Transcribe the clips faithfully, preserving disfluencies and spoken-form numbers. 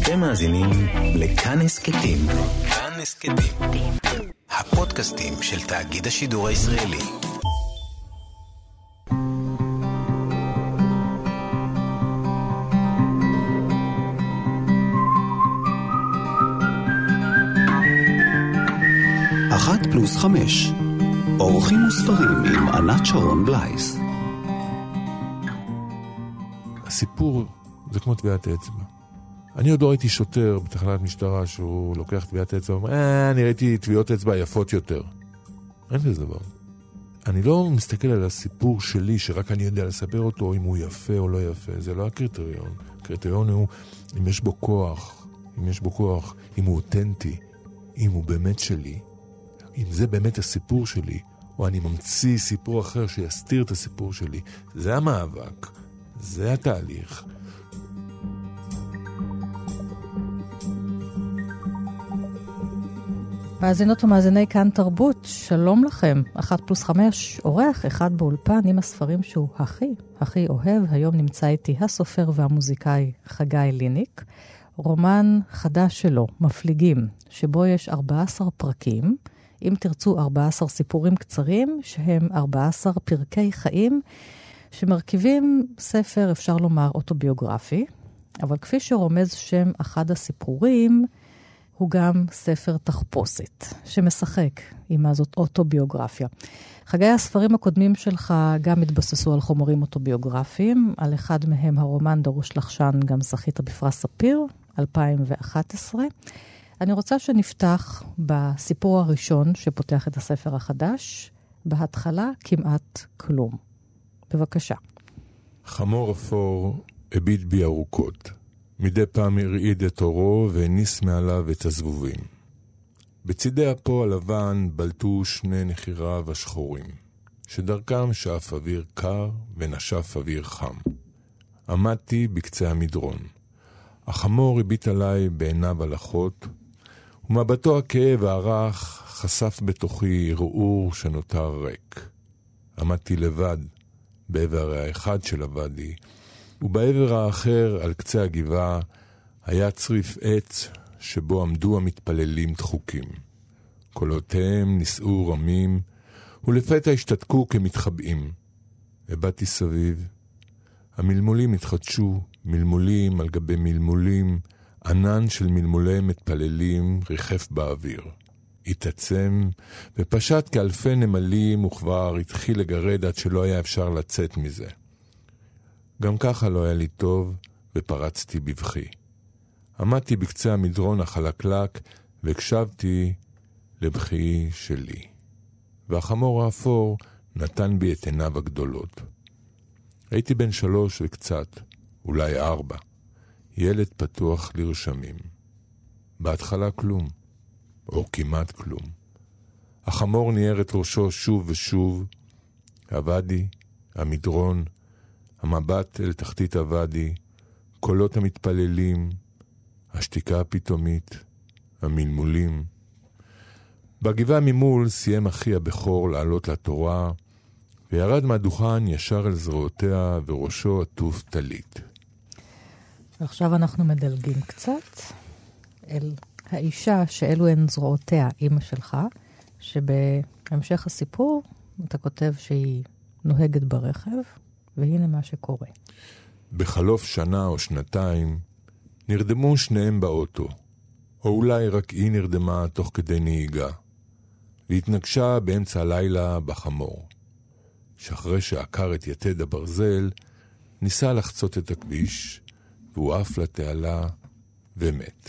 אתם מאזינים לכאן הסקטים. כאן הסקטים. הפודקאסטים של תאגיד השידור הישראלי. אחת פלוס חמש. אורחים וספרים עם ענת שרון בלייס. הסיפור זה כמו טביעת אצבע. אני עוד לא ראיתי שוטר בתחנת משטרה שהוא לוקח טביעת אצבע ואומר, אה, אני ראיתי טביעות אצבע יפות יותר. אין לזה דבר. אני לא מסתכל על הסיפור שלי, שרק אני יודע לספר אותו, אם הוא יפה או לא יפה. זה לא הקריטריון. הקריטריון הוא אם יש בו כוח, אם יש בו כוח, אם הוא אותנטי, אם הוא באמת שלי, אם זה באמת הסיפור שלי, או אני ממציא סיפור אחר שיסתיר את הסיפור שלי. זה המאבק. זה התהליך. מאזינות ומאזיני כאן תרבות, שלום לכם. אחת פלוס חמש, אורח אחד באולפן עם הספרים שהוא הכי, הכי אוהב. היום נמצא איתי הסופר והמוזיקאי חגי ליניק. רומן חדש שלו, מפליגים, שבו יש ארבעה עשר פרקים, אם תרצו ארבעה עשר סיפורים קצרים, שהם ארבעה עשר פרקי חיים, שמרכיבים ספר, אפשר לומר, אוטוביוגרפי, אבל כפי שרומז שם אחד הסיפורים, הוא גם ספר תחפושת, שמשחק עם מה זאת אוטוביוגרפיה. חגי, הספרים הקודמים שלך גם התבססו על חומרים אוטוביוגרפיים, על אחד מהם הרומן דרוש לחשן, גם זכית בפרס ספיר, אלפיים ואחת עשרה. אני רוצה שנפתח בסיפור הראשון שפותח את הספר החדש, בהתחלה כמעט כלום. בבקשה. חמור אפור הביט בי ארוכות. מדי פעם הרעיד את אורו והניס מעליו את הזבובים. בצידי אפו הלבן בלטו שני נחיריו השחורים, שדרכם שאף אוויר קר ונשף אוויר חם. עמדתי בקצה המדרון. החמור הביט עליי בעיניו הלכות, ומבטו הכאב הערך חשף בתוכי ערעור שנותר ריק. עמדתי לבד בעבר האחד של הוואדי, ובעבר האחר על קצה הגבעה היה צריף עץ שבו עמדו המתפללים דחוקים. קולותיהם נישאו רמים, ולפתע השתתקו כמתחבאים. הבאתי סביב. המלמולים התחדשו, מלמולים על גבי מלמולים, ענן של מלמולי מתפללים ריחף באוויר. התעצם ופשט כאלפי נמלים וכבר התחיל לגרד עד שלא היה אפשר לצאת מזה. גם ככה לא היה לי טוב ופרצתי בבכי. עמדתי בקצה המדרון החלקלק והקשבתי לבכי שלי. והחמור האפור נתן בי את עיניו הגדולות. הייתי בן שלוש וקצת, אולי ארבע. ילד פתוח לרשמים. בהתחלה כלום, או כמעט כלום. החמור ניער את ראשו שוב ושוב. הוואדי, המדרון, המבט אל תחתית הוואדי, קולות המתפללים, השתיקה הפתאומית, המלמולים. בגבעה ממול סיים אחי הבכור לעלות לתורה, וירד מהדוכן ישר אל זרועותיה וראשו עטוף טלית. עכשיו אנחנו מדלגים קצת אל האישה שאלו הן זרועותיה, אמא שלך, שבהמשך הסיפור אתה כותב שהיא נוהגת ברכב, והנה מה שקורה. בחלוף שנה או שנתיים נרדמו שניהם באוטו, או אולי רק היא נרדמה תוך כדי נהיגה, והתנגשה באמצע הלילה בחמור, שאחרי שעקר את יתד הברזל, ניסה לחצות את הכביש, והוא עף לתעלה ומת.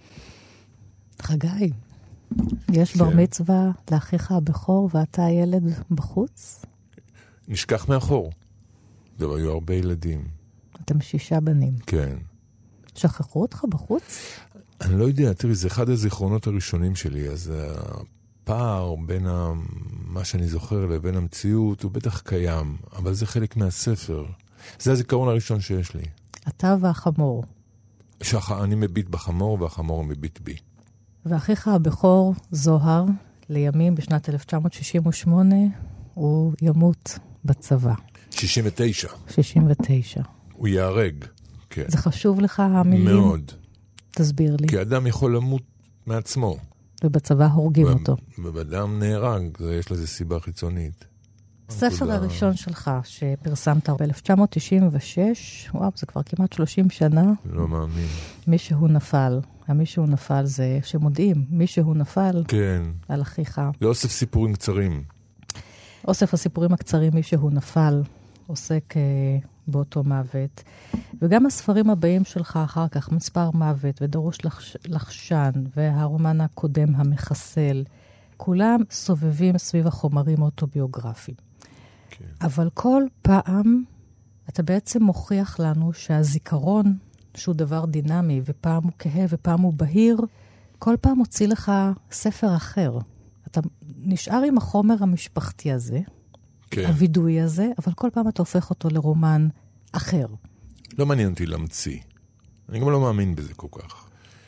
חגי, יש בר מצווה לאחיך הבכור ואתה ילד בחוץ? נשכח מאחור. זה היו הרבה ילדים. אתם שישה בנים. כן. שכחו אותך בחוץ? אני לא יודע, תראי, זה אחד הזיכרונות הראשונים שלי, אז הפער בין מה שאני זוכר לבין המציאות הוא בטח קיים, אבל זה חלק מהספר. זה הזיכרון הראשון שיש לי. אתה והחמור. שח... אני מביט בחמור והחמור מביט בי. ואחיך הבכור, זוהר, לימים בשנת אלף תשע מאות שישים ושמונה, הוא ימות בצבא. שישים ותשע. שישים ותשע. הוא יהרג, כן. זה חשוב לך המילים? מאוד. תסביר לי. כי אדם יכול למות מעצמו. ובצבא הורגים ו- אותו. ובאדם נהרג, זה יש לזה סיבה חיצונית. הספר תודה. הראשון שלך שפרסמת ב-אלף תשע מאות תשעים ושש, וואו, זה כבר כמעט שלושים שנה. לא מאמין. מישהו נפל. המישהו נפל זה שמודיעים, מישהו נפל כן. על אחיך. זה אוסף סיפורים קצרים. אוסף הסיפורים הקצרים, מישהו נפל, עוסק אה, באותו מוות. וגם הספרים הבאים שלך אחר כך, מספר מוות ודרוש לחש, לחשן, והרומן הקודם המחסל, כולם סובבים סביב החומרים האוטוביוגרפיים. כן. אבל כל פעם אתה בעצם מוכיח לנו שהזיכרון, שהוא דבר דינמי, ופעם הוא כהה ופעם הוא בהיר, כל פעם מוציא לך ספר אחר. אתה נשאר עם החומר המשפחתי הזה, כן. הוידוי הזה, אבל כל פעם אתה הופך אותו לרומן אחר. לא מעניין אותי להמציא. אני גם לא מאמין בזה כל כך.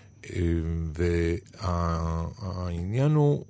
והעניין הוא,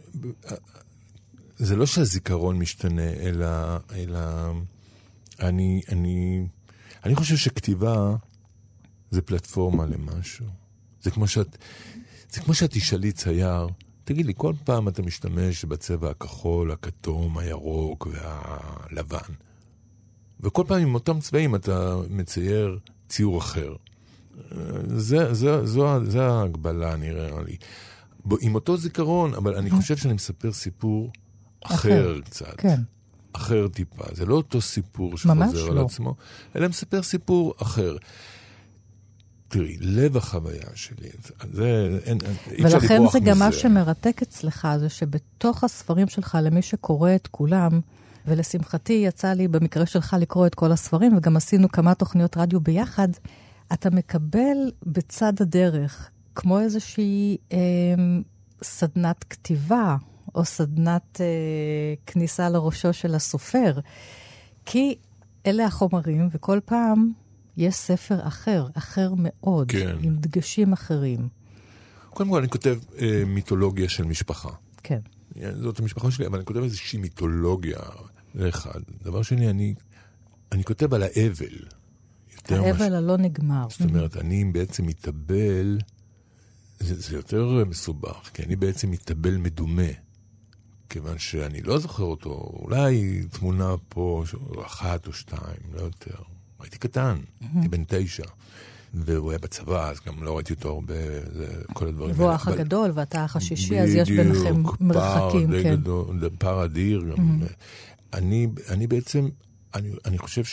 זה לא שהזיכרון משתנה, אלא, אלא אני, אני, אני חושב שכתיבה זה פלטפורמה למשהו. זה כמו שאת, זה כמו שאת תשאלי צייר, תגיד לי, כל פעם אתה משתמש בצבע הכחול, הכתום, הירוק והלבן. וכל פעם עם אותם צבעים אתה מצייר ציור אחר. זה, זה, זו, זה ההגבלה, נראה לי. עם אותו זיכרון, אבל אני חושב שאני מספר סיפור אחר, אחר קצת. כן. אחר טיפה. זה לא אותו סיפור שחוזר על לא. עצמו, אלא מספר סיפור אחר. תראי, לב החוויה שלי, זה, אין, אי אפשר ולכן לברוח זה גם מזה. מה שמרתק אצלך, זה שבתוך הספרים שלך, למי שקורא את כולם, ולשמחתי יצא לי במקרה שלך לקרוא את כל הספרים, וגם עשינו כמה תוכניות רדיו ביחד, אתה מקבל בצד הדרך, כמו איזושהי אה, סדנת כתיבה, או סדנת אה, כניסה לראשו של הסופר, כי אלה החומרים, וכל פעם יש ספר אחר, אחר מאוד, כן. עם דגשים אחרים. קודם כל אני כותב אה, מיתולוגיה של משפחה. כן. זאת המשפחה שלי, אבל אני כותב איזושהי מיתולוגיה לאחד. דבר שני, אני, אני כותב על האבל. האבל מש... הלא נגמר. זאת אומרת, אני בעצם מתאבל, זה, זה יותר מסובך, כי אני בעצם מתאבל מדומה. כיוון שאני לא זוכר אותו, אולי תמונה פה, אחת או שתיים, לא יותר. הייתי קטן, הייתי בן תשע. והוא היה בצבא, אז גם לא ראיתי אותו הרבה, כל הדברים. והוא האח הגדול, ואתה האח השישי, אז יש ביניכם מרחקים, כן. בדיוק, פער אדיר. אני, אני בעצם, אני, אני חושב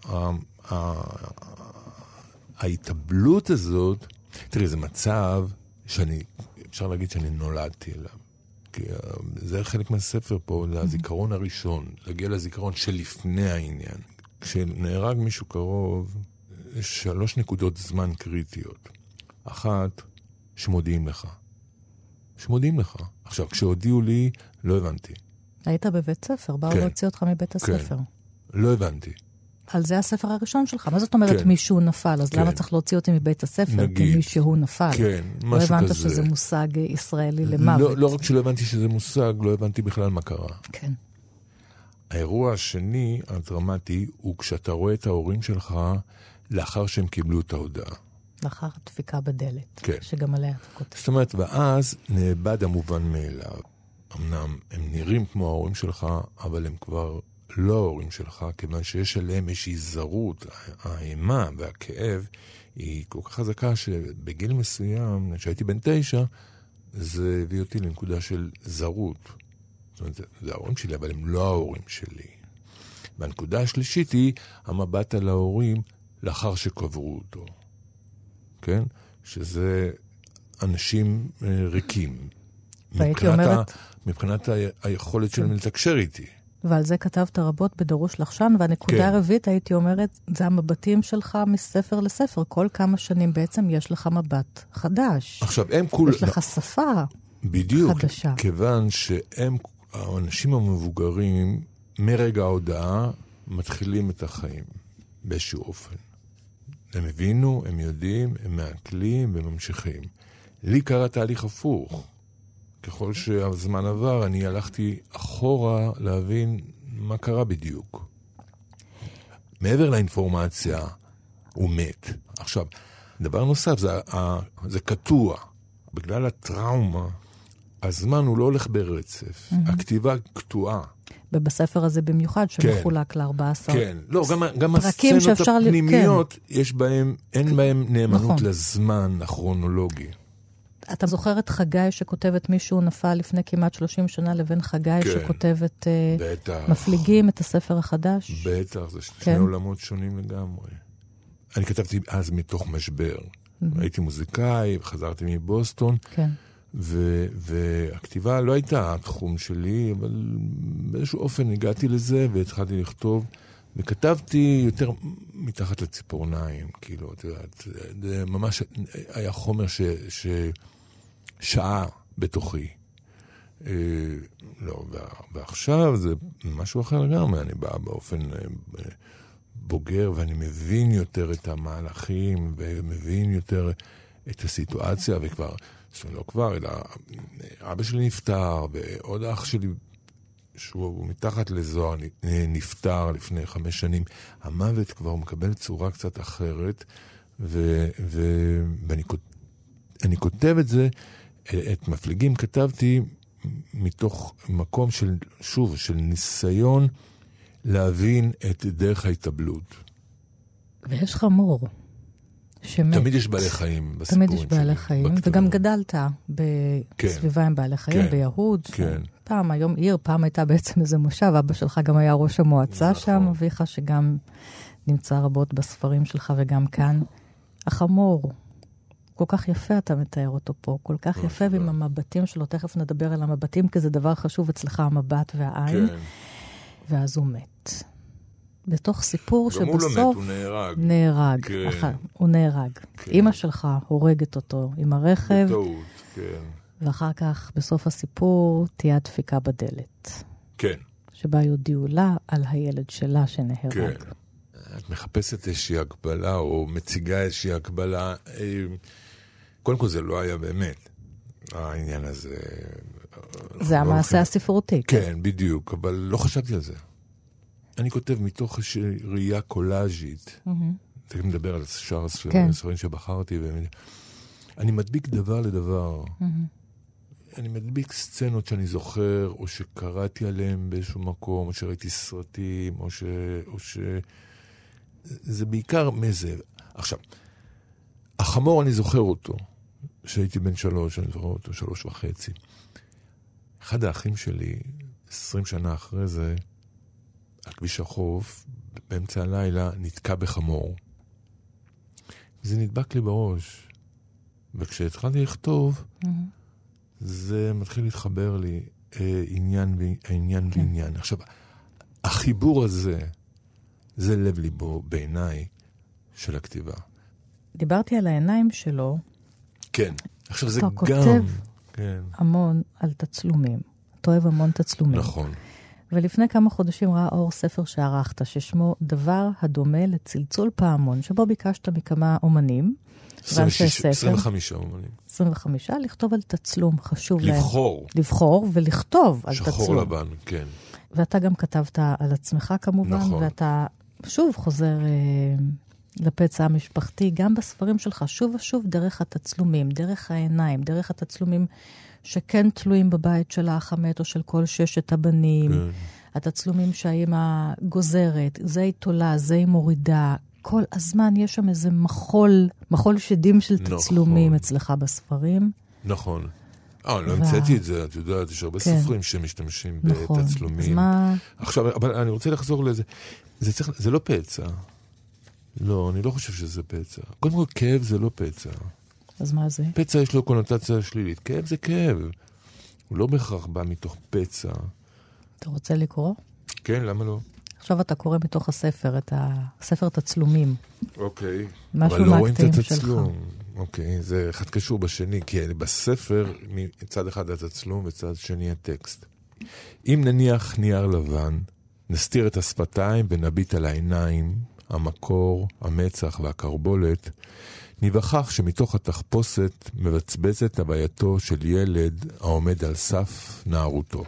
שההתאבלות הזאת, תראי, זה מצב שאני, אפשר להגיד שאני נולדתי אליו. כי זה חלק מהספר פה, זה הזיכרון הראשון, להגיע לזיכרון שלפני העניין. כשנהרג מישהו קרוב, יש שלוש נקודות זמן קריטיות. אחת, שמודיעים לך. שמודיעים לך. עכשיו, כשהודיעו לי, לא הבנתי. היית בבית ספר, באו כן. להוציא אותך מבית הספר. כן. לא הבנתי. על זה הספר הראשון שלך. מה זאת אומרת כן. מישהו נפל? אז כן. למה צריך להוציא אותי מבית הספר? נגיד. כי מישהו נפל. כן, משהו לא הבנת כזה. שזה מושג ישראלי למוות. לא, לא רק שלא הבנתי שזה מושג, לא הבנתי בכלל מה קרה. כן. האירוע השני, הדרמטי, הוא כשאתה רואה את ההורים שלך לאחר שהם קיבלו את ההודעה. לאחר הדפיקה בדלת. כן. שגם עליה אתה כותב. זאת אומרת, ואז נאבד המובן מאליו. אמנם הם נראים כמו ההורים שלך, אבל הם כבר לא ההורים שלך, כיוון שיש עליהם איזושהי זרות, האימה והכאב היא כל כך חזקה שבגיל מסוים, כשהייתי בן תשע, זה הביא אותי לנקודה של זרות. זאת אומרת, זה ההורים שלי, אבל הם לא ההורים שלי. והנקודה השלישית היא המבט על ההורים לאחר שקברו אותו. כן? שזה אנשים ריקים. והייתי אומרת... ה... מבחינת ה... היכולת שלהם לתקשר איתי. ועל זה כתבת רבות בדרוש לחשן, והנקודה כן. הרביעית, הייתי אומרת, זה המבטים שלך מספר לספר. כל כמה שנים בעצם יש לך מבט חדש. עכשיו, הם כול... יש לך שפה בדיוק, חדשה. כיוון שהם, האנשים המבוגרים, מרגע ההודעה, מתחילים את החיים באיזשהו אופן. הם הבינו, הם יודעים, הם מעכלים וממשיכים. לי קרה תהליך הפוך. ככל שהזמן עבר, אני הלכתי אחורה להבין מה קרה בדיוק. מעבר לאינפורמציה, הוא מת. עכשיו, דבר נוסף, זה, זה קטוע. בגלל הטראומה, הזמן הוא לא הולך ברצף. Mm-hmm. הכתיבה קטועה. ובספר הזה במיוחד, שמחולק כן, ל-ארבע עשרה. כן, לא, גם, גם הסצנות הפנימיות, כן. יש בהם, אין בהם נאמנות נכון. לזמן הכרונולוגי. אתה זוכר את חגי שכותבת מישהו נפל לפני כמעט שלושים שנה, לבין חגי כן. שכותבת בטח. מפליגים את הספר החדש? בטח, זה שני כן. עולמות שונים לגמרי. אני כתבתי אז מתוך משבר. Mm-hmm. הייתי מוזיקאי, חזרתי מבוסטון. כן. ו- והכתיבה לא הייתה התחום שלי, אבל באיזשהו אופן הגעתי לזה והתחלתי לכתוב, וכתבתי יותר מתחת לציפורניים, כאילו, את יודעת, זה ממש היה חומר ש... ש... שעה בתוכי. אה, לא, ועכשיו זה משהו אחר לגמרי, אני בא באופן אה, בוגר, ואני מבין יותר את המהלכים, ומבין יותר את הסיטואציה, וכבר, לא כבר, אלא אבא שלי נפטר, ועוד אח שלי, שהוא מתחת לזוהר, נפטר לפני חמש שנים. המוות כבר הוא מקבל צורה קצת אחרת, ו, ו, ואני אני כותב את זה, את מפליגים כתבתי מתוך מקום של, שוב, של ניסיון להבין את דרך ההתאבלות. ויש חמור שמת. תמיד יש בעלי חיים בסיפורים שלי. תמיד יש בעלי חיים, בכתוב. וגם גדלת בסביבה כן. עם בעלי חיים, כן. ביהוד. כן. פעם, היום עיר, פעם הייתה בעצם איזה מושב, אבא שלך גם היה ראש המועצה נכון. שם, אביך שגם נמצא רבות בספרים שלך וגם כאן. החמור, כל כך יפה אתה מתאר אותו פה, כל כך יפה, ועם המבטים שלו, תכף נדבר על המבטים, כי זה דבר חשוב אצלך, המבט והעין. כן. ואז הוא מת. בתוך סיפור שבסוף... גם הוא לא מת, הוא נהרג. נהרג, כן. אחר, הוא נהרג. כן. אמא שלך הורגת אותו עם הרכב. בטעות, כן. ואחר כך, בסוף הסיפור, תהיה דפיקה בדלת. כן. שבה יודיעו לה על הילד שלה שנהרג. כן. את מחפשת איזושהי הגבלה, או מציגה איזושהי הגבלה. קודם כל זה לא היה באמת. העניין הזה... זה המעשה הספרותי. כן, בדיוק, אבל לא חשבתי על זה. אני כותב מתוך ראייה קולאז'ית. תכף מדבר על שאר הספרים שבחרתי. אני מדביק דבר לדבר. אני מדביק סצנות שאני זוכר, או שקראתי עליהם באיזשהו מקום, או שראיתי סרטים, או ש... או ש... זה בעיקר מזה. עכשיו, החמור אני זוכר אותו, שהייתי בן שלוש, אני זוכר אותו, שלוש וחצי. אחד האחים שלי, עשרים שנה אחרי זה, על כביש החוף, באמצע הלילה, נתקע בחמור. זה נדבק לי בראש. וכשהתחלתי לכתוב, mm-hmm. זה מתחיל להתחבר לי אה, עניין, עניין כן. בעניין. עכשיו, החיבור הזה, זה לב ליבו בעיניי של הכתיבה. דיברתי על העיניים שלו. כן. עכשיו זה גם... אתה כותב כן. המון על תצלומים. אתה אוהב המון תצלומים. נכון. ולפני כמה חודשים ראה אור ספר שערכת, ששמו דבר הדומה לצלצול פעמון, שבו ביקשת מכמה אומנים. עשרים וחמישה אומנים. עשרים וחמישה, לכתוב על תצלום, חשוב לבחור. להם. לבחור ולכתוב על שחור תצלום. שחור לבן, כן. ואתה גם כתבת על עצמך כמובן, נכון. ואתה שוב חוזר אה, לפצע המשפחתי, גם בספרים שלך, שוב ושוב דרך התצלומים, דרך העיניים, דרך התצלומים שכן תלויים בבית של האח המת או של כל ששת הבנים, כן. התצלומים שהאימא גוזרת, זה היא תולה, זה היא מורידה, כל הזמן יש שם איזה מחול, מחול שדים של תצלומים נכון. אצלך בספרים. נכון. אה, לא המצאתי את זה, את יודעת, יש הרבה סופרים שמשתמשים בתצלומים. אז מה... עכשיו, אבל אני רוצה לחזור לזה. זה לא פצע. לא, אני לא חושב שזה פצע. קודם כל, כאב זה לא פצע. אז מה זה? פצע יש לו קונוטציה שלילית. כאב זה כאב. הוא לא בהכרח בא מתוך פצע. אתה רוצה לקרוא? כן, למה לא? עכשיו אתה קורא מתוך הספר, את הספר תצלומים. אוקיי. משהו מהקטעים שלך. אוקיי, זה אחד קשור בשני, כי בספר מצד אחד התצלום וצד שני הטקסט. אם נניח נייר לבן, נסתיר את השפתיים ונביט על העיניים, המקור, המצח והקרבולת, נבחך שמתוך התחפושת מבצבצת הווייתו של ילד העומד על סף נערותו.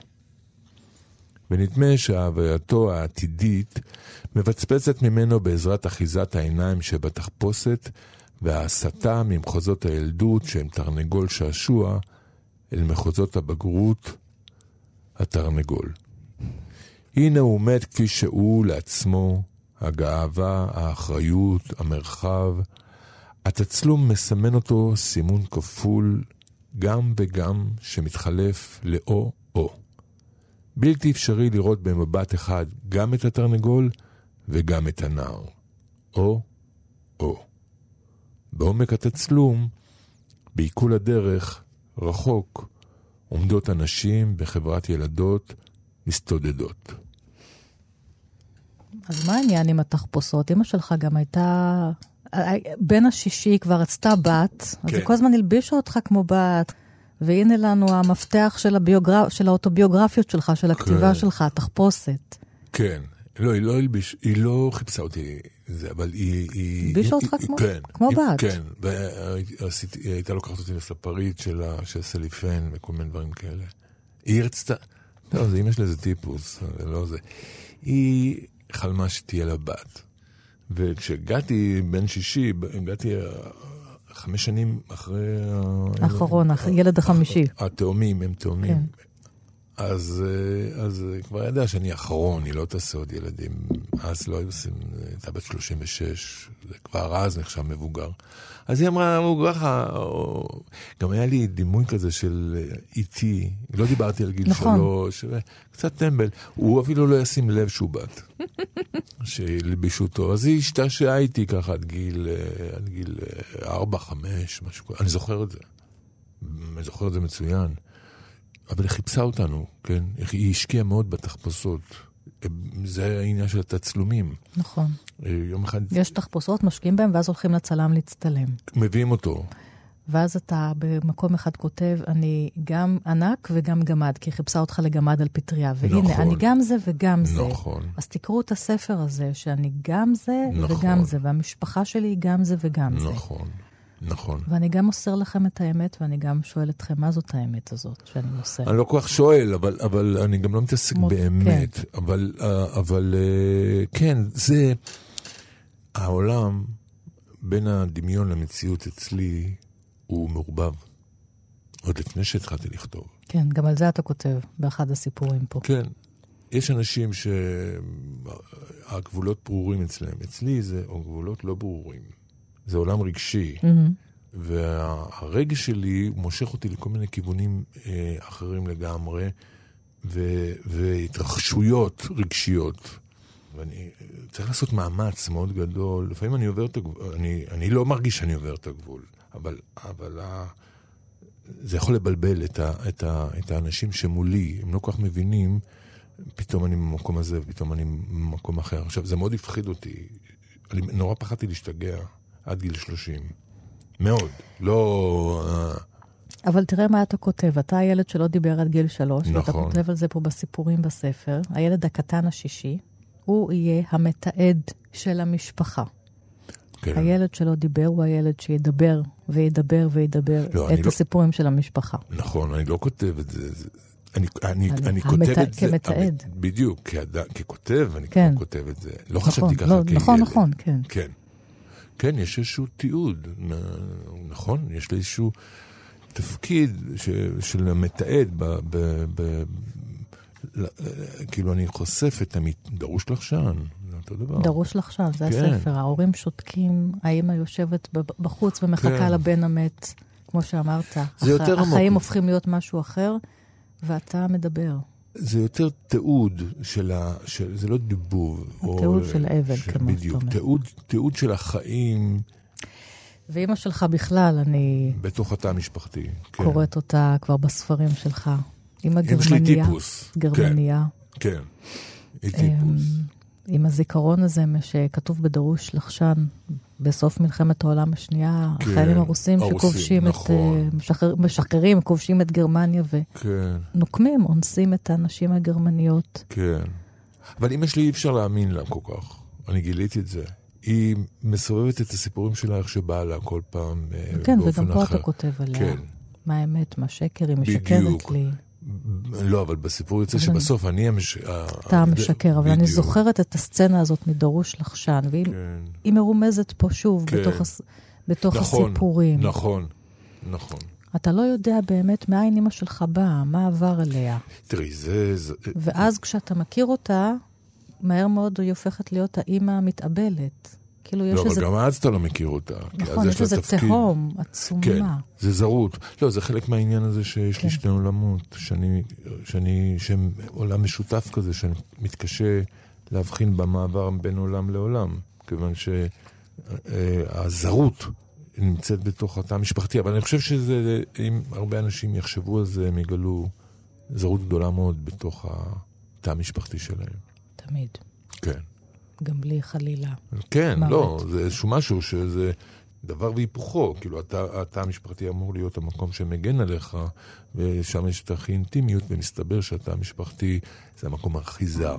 ונדמה שההווייתו העתידית מבצבצת ממנו בעזרת אחיזת העיניים שבתחפושת, וההסתה ממחוזות הילדות שהם תרנגול שעשוע אל מחוזות הבגרות התרנגול. הנה הוא עומד כפי שהוא לעצמו, הגאווה, האחריות, המרחב. התצלום מסמן אותו סימון כפול, גם וגם שמתחלף לאו-או. בלתי אפשרי לראות במבט אחד גם את התרנגול וגם את הנער. או-או. בעומק התצלום, בעיכול הדרך, רחוק, עומדות אנשים בחברת ילדות מסתודדות. אז מה העניין עם התחפושות? אמא שלך גם הייתה... בין השישי כבר רצתה בת, אז היא כל הזמן הלבישה אותך כמו בת, והנה לנו המפתח של, הביוגרפ... של האוטוביוגרפיות שלך, של הכתיבה שלך, התחפושת. כן. לא, היא לא הלביש, היא לא חיפשה אותי, זה, אבל היא... היא הלבישה אותך כמו, כן, כמו היא, בת. כן, והיא הייתה לוקחת אותי לספרית של, של סליפן וכל מיני דברים כאלה. היא רצתה... לא, זה אמא שלי זה טיפוס, לא זה. היא חלמה שתהיה לה בת. וכשהגעתי בן שישי, הגעתי חמש שנים אחרי... האחרון, ילד החמישי. התאומים, הם תאומים. כן. אז, אז כבר ידע שאני אחרון, היא לא תעשה עוד ילדים. אז לא היו עושים, הייתה בת שלושים ושש, זה כבר אז נחשב מבוגר. אז היא אמרה, הוא ככה, גם היה לי דימוי כזה של איטי, לא דיברתי על גיל נכון. שלוש, קצת טמבל, הוא אפילו לא ישים לב שהוא בת, שלבישו אותו. אז היא השתעשעה איתי ככה עד גיל, עד גיל ארבע, חמש, משהו כזה. אני זוכר את זה. אני זוכר את זה מצוין. אבל היא חיפשה אותנו, כן? היא השקיעה מאוד בתחפושות. זה העניין של התצלומים. נכון. יום אחד... יש תחפושות, משקיעים בהם, ואז הולכים לצלם להצטלם. מביאים אותו. ואז אתה במקום אחד כותב, אני גם ענק וגם גמד, כי היא חיפשה אותך לגמד על פטריה. והנה, נכון. אני גם זה וגם זה. נכון. אז תקראו את הספר הזה, שאני גם זה נכון. וגם זה, והמשפחה שלי היא גם זה וגם נכון. זה. נכון. נכון. ואני גם מוסר לכם את האמת, ואני גם שואל אתכם, מה זאת האמת הזאת שאני מוסר? אני לא כל כך שואל, אבל, אבל אני גם לא מתעסק מות, באמת. כן. אבל, אבל, כן, זה, העולם בין הדמיון למציאות אצלי, הוא מעורבב. עוד לפני שהתחלתי לכתוב. כן, גם על זה אתה כותב, באחד הסיפורים פה. כן. יש אנשים שהגבולות ברורים אצלם. אצלי זה, או גבולות לא ברורים. זה עולם רגשי, mm-hmm. והרגש שלי מושך אותי לכל מיני כיוונים אה, אחרים לגמרי, ו- והתרחשויות רגשיות. ואני צריך לעשות מאמץ מאוד גדול. לפעמים אני עובר את הגבול, אני, אני לא מרגיש שאני עובר את הגבול, אבל, אבל ה- זה יכול לבלבל את, ה- את, ה- את האנשים שמולי, הם לא כל כך מבינים, פתאום אני במקום הזה, ופתאום אני במקום אחר. עכשיו, זה מאוד הפחיד אותי. אני נורא פחדתי להשתגע. עד גיל שלושים. מאוד. לא... אבל תראה מה אתה כותב. אתה הילד שלא דיבר עד גיל שלוש, נכון. ואתה כותב על זה פה בסיפורים בספר. הילד הקטן השישי, הוא יהיה המתעד של המשפחה. כן. הילד שלא דיבר הוא הילד שידבר וידבר וידבר לא, את הסיפורים לא... של המשפחה. נכון, אני לא כותב את זה. אני, אני, אני, אני כותב את זה. כמתעד. בדיוק, כעד... ככותב, אני כן. כותב את זה. לא נכון, חשבתי ככה לא, כילד. נכון, נכון, כן. כן. כן, יש איזשהו תיעוד, נכון? יש לי איזשהו תפקיד ש, של המתעד, ב, ב, ב, ב, כאילו אני חושף את דרוש לחשן, זה אותו דבר. דרוש לחשן, זה כן. הספר. ההורים שותקים, האמא יושבת בחוץ ומחכה כן. לבן המת, כמו שאמרת. זה יותר עמוק. החיים הופכים להיות משהו אחר, ואתה מדבר. זה יותר תיעוד של ה... של, זה לא דיבוב. התיעוד של אבל, כמו בדיוק, תיעוד, תיעוד של החיים. ואמא שלך בכלל, אני... בתוך התא המשפחתי. כן. קוראת אותה כבר בספרים שלך. אמא גרמניה. אמא שלי טיפוס. גרמניה. כן, כן. היא טיפוס. עם הזיכרון הזה שכתוב בדרוש לחשן, בסוף מלחמת העולם השנייה, כן, החיילים הרוסים שכובשים נכון. את, משחרר, משחררים, כובשים את גרמניה ונוקמים, כן. אונסים את האנשים הגרמניות. כן. אבל אמא שלי אי אפשר להאמין לה כל כך. אני גיליתי את זה. היא מסובבת את הסיפורים שלה איך שבאה לה כל פעם כן, באופן אחר. וגם פה אתה כותב עליה. כן. מה האמת, מה שקר, היא משקרת לי. לא, אבל בסיפור יוצא שבסוף אני המשקר. אתה המשקר, אבל אני זוכרת את הסצנה הזאת מדרוש לחשן, והיא מרומזת פה שוב בתוך נכון, הסיפורים. נכון, נכון. אתה לא יודע באמת מאין אמא שלך באה, מה עבר אליה. תראי, זה... זה... ואז כשאתה מכיר אותה, מהר מאוד היא הופכת להיות האמא המתאבלת. כאילו יש לא, איזה... אבל גם אז אתה לא מכיר אותה. נכון, יש איזה תהום עצומה. כן, זה זרות. לא, זה חלק מהעניין הזה שיש כן. לי שני עולמות, שאני, שאני, שהם עולם משותף כזה, שאני מתקשה להבחין במעבר בין עולם לעולם, כיוון שהזרות נמצאת בתוך התא המשפחתי, אבל אני חושב שזה, אם הרבה אנשים יחשבו על זה, הם יגלו זרות גדולה מאוד בתוך התא המשפחתי שלהם. תמיד. כן. גם בלי חלילה. כן, מוות. לא, זה איזשהו משהו שזה דבר והיפוכו, כאילו התא, התא המשפחתי אמור להיות המקום שמגן עליך, ושם יש את הכי אינטימיות, ומסתבר שהתא המשפחתי זה המקום הכי זר.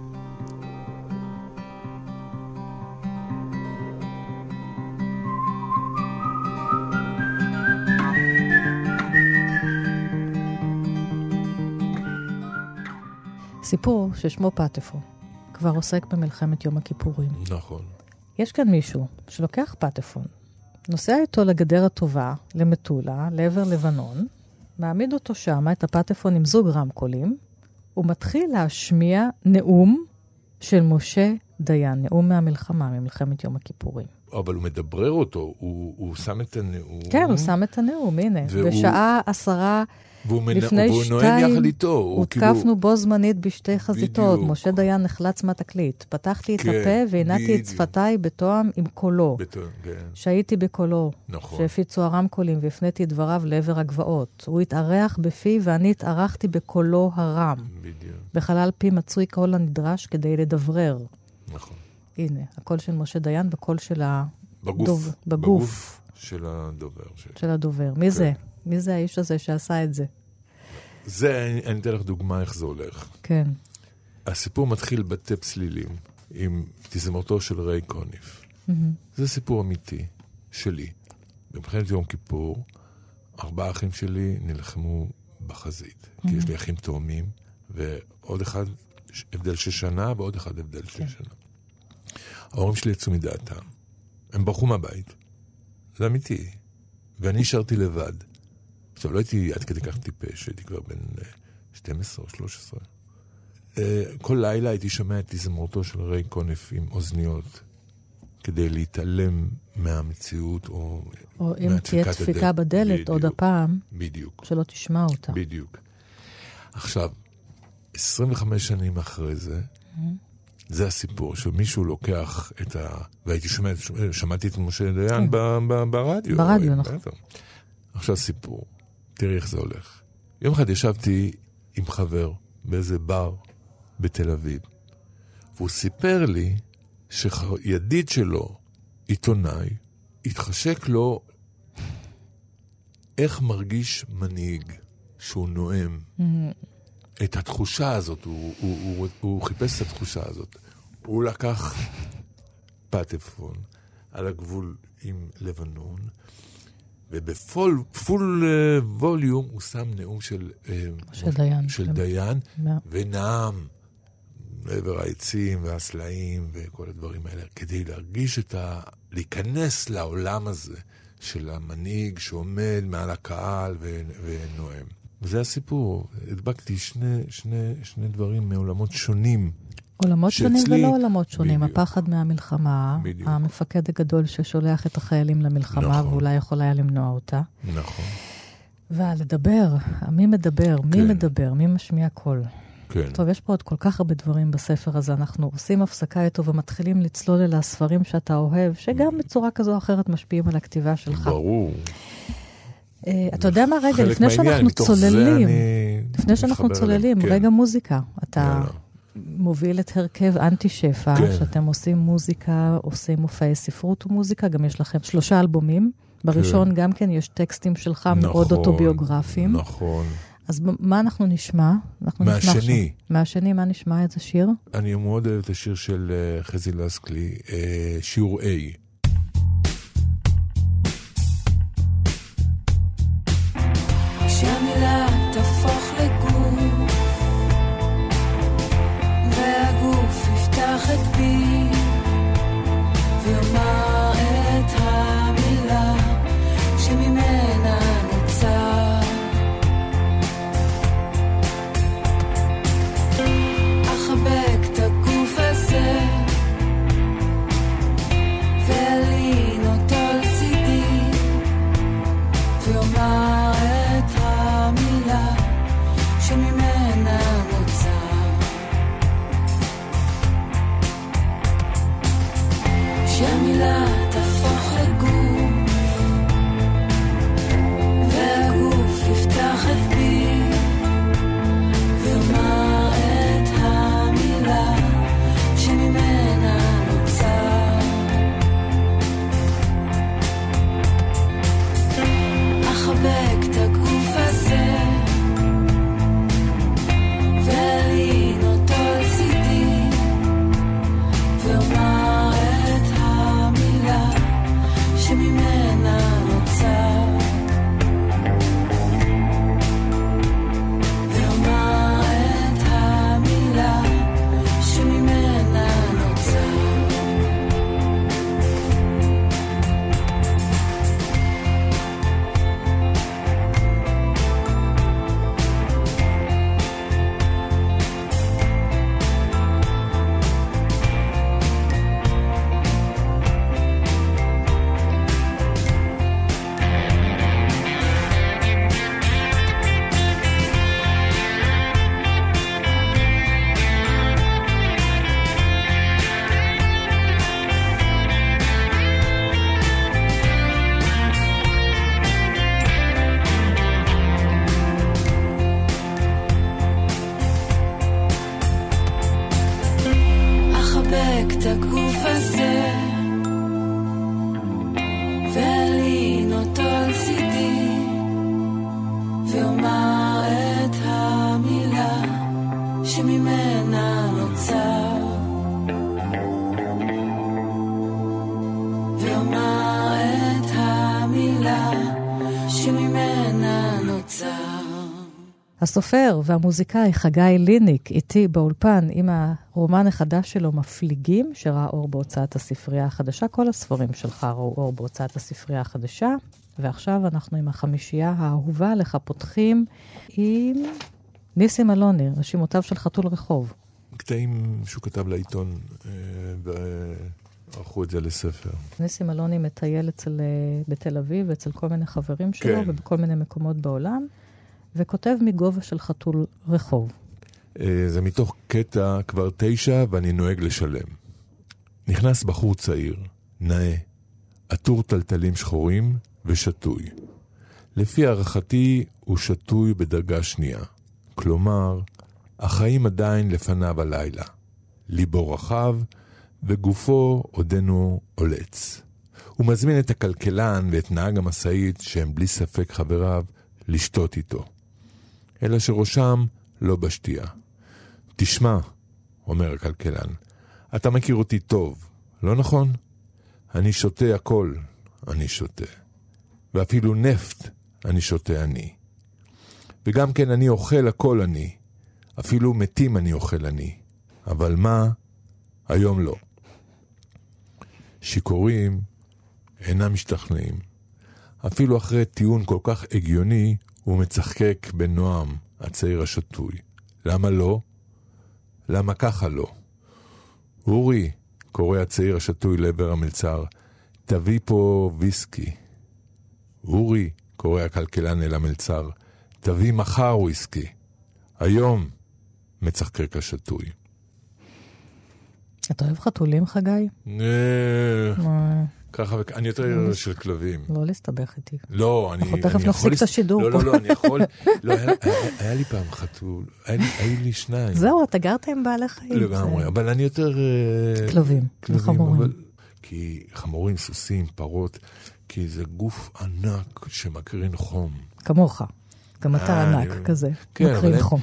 סיפור ששמו פטפון, כבר עוסק במלחמת יום הכיפורים. נכון. יש כאן מישהו שלוקח פטפון, נוסע איתו לגדר הטובה, למטולה, לעבר לבנון, מעמיד אותו שם, את הפטפון עם זוג רמקולים, ומתחיל להשמיע נאום של משה דיין, נאום מהמלחמה, ממלחמת יום הכיפורים. אבל הוא מדברר אותו, הוא, הוא שם את הנאום. כן, הוא שם את הנאום, הנה. והוא... בשעה עשרה לפני והוא נועם יחד איתו. הותקפנו כאילו... בו זמנית בשתי חזיתות. בדיוק. משה דיין נחלץ מהתקליט. פתחתי כן, את הפה והנעתי בדיוק. את שפתיי בתואם עם קולו. בתואם, כן. שהייתי בקולו. נכון. שהפיצו הרמקולים והפניתי את דבריו לעבר הגבעות. הוא התארח בפי ואני התארחתי בקולו הרם. בדיוק. בחלל פי מצוי קול הנדרש כדי לדברר. נכון. הנה, הקול של משה דיין בקול של ה... בגוף. דוב, בגוף. בגוף של הדובר. של, של הדובר. מי כן. זה? מי זה האיש הזה שעשה את זה? זה, אני, אני אתן לך דוגמה איך זה הולך. כן. הסיפור מתחיל בתי צלילים עם תזמורתו של ריי קוניף. Mm-hmm. זה סיפור אמיתי שלי. במלחמת יום כיפור, ארבעה אחים שלי נלחמו בחזית. Mm-hmm. כי יש לי אחים תאומים, ועוד אחד הבדל של שנה, ועוד אחד הבדל של כן. שנה. ההורים שלי יצאו מדעתם. הם ברחו מהבית. זה אמיתי. ואני נשארתי לבד. עכשיו, לא הייתי עד כדי כך טיפש, הייתי כבר בן שתים עשרה או שלוש עשרה. כל לילה הייתי שומע את תזמורתו של ריי קוניף עם אוזניות, כדי להתעלם מהמציאות, או, או אם תהיה דפיקה בדלת בדיוק, עוד הפעם, בדיוק. שלא תשמע אותה. בדיוק. עכשיו, עשרים וחמש שנים אחרי זה, mm-hmm. זה הסיפור, שמישהו לוקח את ה... והייתי שומע, שמעתי את משה דיין ב, ב, ברדיו. ברדיו, נכון. עכשיו סיפור. תראי איך זה הולך. יום אחד ישבתי עם חבר באיזה בר בתל אביב, והוא סיפר לי שידיד שלו, עיתונאי, התחשק לו איך מרגיש מנהיג שהוא נואם. Mm-hmm. את התחושה הזאת, הוא, הוא, הוא, הוא חיפש את התחושה הזאת. הוא לקח פטפון על הגבול עם לבנון, ובפול פול ווליום הוא שם נאום של, של דיין, של דיין ונעם לעבר העצים והסלעים וכל הדברים האלה, כדי להרגיש את ה... להיכנס לעולם הזה של המנהיג שעומד מעל הקהל ו... ונואם. וזה הסיפור. הדבקתי שני, שני, שני דברים מעולמות שונים. עולמות שאצלי... שונים ולא עולמות שונים. בדיוק. הפחד מהמלחמה, בדיוק. המפקד הגדול ששולח את החיילים למלחמה, נכון. ואולי יכול היה למנוע אותה. נכון. ולדבר, מי מדבר, מי כן. מדבר, מי משמיע קול. כן. טוב, יש פה עוד כל כך הרבה דברים בספר הזה. אנחנו עושים הפסקה איתו ומתחילים לצלול אל הספרים שאתה אוהב, שגם בצורה כזו או אחרת משפיעים על הכתיבה שלך. ברור. אתה יודע מה רגע, לפני שאנחנו צוללים, לפני שאנחנו צוללים, רגע מוזיקה. אתה מוביל את הרכב אנטי שפע, שאתם עושים מוזיקה, עושים מופעי ספרות ומוזיקה, גם יש לכם שלושה אלבומים. בראשון גם כן יש טקסטים שלך מאוד אוטוביוגרפיים. נכון. אז מה אנחנו נשמע? מהשני. מהשני, מה נשמע? איזה שיר? אני מאוד אוהב את השיר של חזי לסקלי, שיעור A. שהמילה תפוך לגוף והגוף יפתח את בי ויאמר את המילה הסופר והמוזיקאי חגי ליניק איתי באולפן עם הרומן החדש שלו מפליגים, שראה אור בהוצאת הספרייה החדשה. כל הספרים שלך ראו אור בהוצאת הספרייה החדשה, ועכשיו אנחנו עם החמישייה האהובה עליך פותחים עם ניסים אלוני, רשימותיו של חתול רחוב. קטעים שהוא כתב לעיתון וערכו את זה לספר. ניסים אלוני מטייל אצל, בתל אביב, אצל כל מיני חברים שלו, כן. ובכל מיני מקומות בעולם, וכותב מגובה של חתול רחוב. זה מתוך קטע כבר תשע, ואני נוהג לשלם. נכנס בחור צעיר, נאה, עטור טלטלים שחורים ושטוי. לפי הערכתי הוא שטוי בדרגה שנייה. כלומר, החיים עדיין לפניו הלילה. ליבו רחב וגופו עודנו עולץ. הוא מזמין את הכלכלן ואת נהג המשאית, שהם בלי ספק חבריו, לשתות איתו. אלא שראשם לא בשתייה. תשמע, אומר הכלכלן, אתה מכיר אותי טוב, לא נכון? אני שותה הכל, אני שותה. ואפילו נפט אני שותה אני. וגם כן אני אוכל הכל אני. אפילו מתים אני אוכל אני. אבל מה? היום לא. שיקורים אינם משתכנעים. אפילו אחרי טיעון כל כך הגיוני, הוא מצחקק בנועם, הצעיר השטוי. למה לא? למה ככה לא? אורי, קורא הצעיר השטוי לעבר המלצר, תביא פה ויסקי. אורי, קורא הכלכלן אל המלצר, תביא מחר ויסקי. היום, מצחקק השטוי. אתה אוהב חתולים, חגי? ככה, אני יותר של כלבים. לא להסתבך איתי. לא, אני... אנחנו תכף נפסיק את השידור. לא, לא, לא, אני יכול... לא, היה לי פעם חתול, היו לי שניים. זהו, אתה גרת עם בעלי חיים. לגמרי, אבל אני יותר... כלבים, וחמורים. כי חמורים, סוסים, פרות, כי זה גוף ענק שמקרין חום. כמוך. גם אתה ענק כזה, מקרין חום.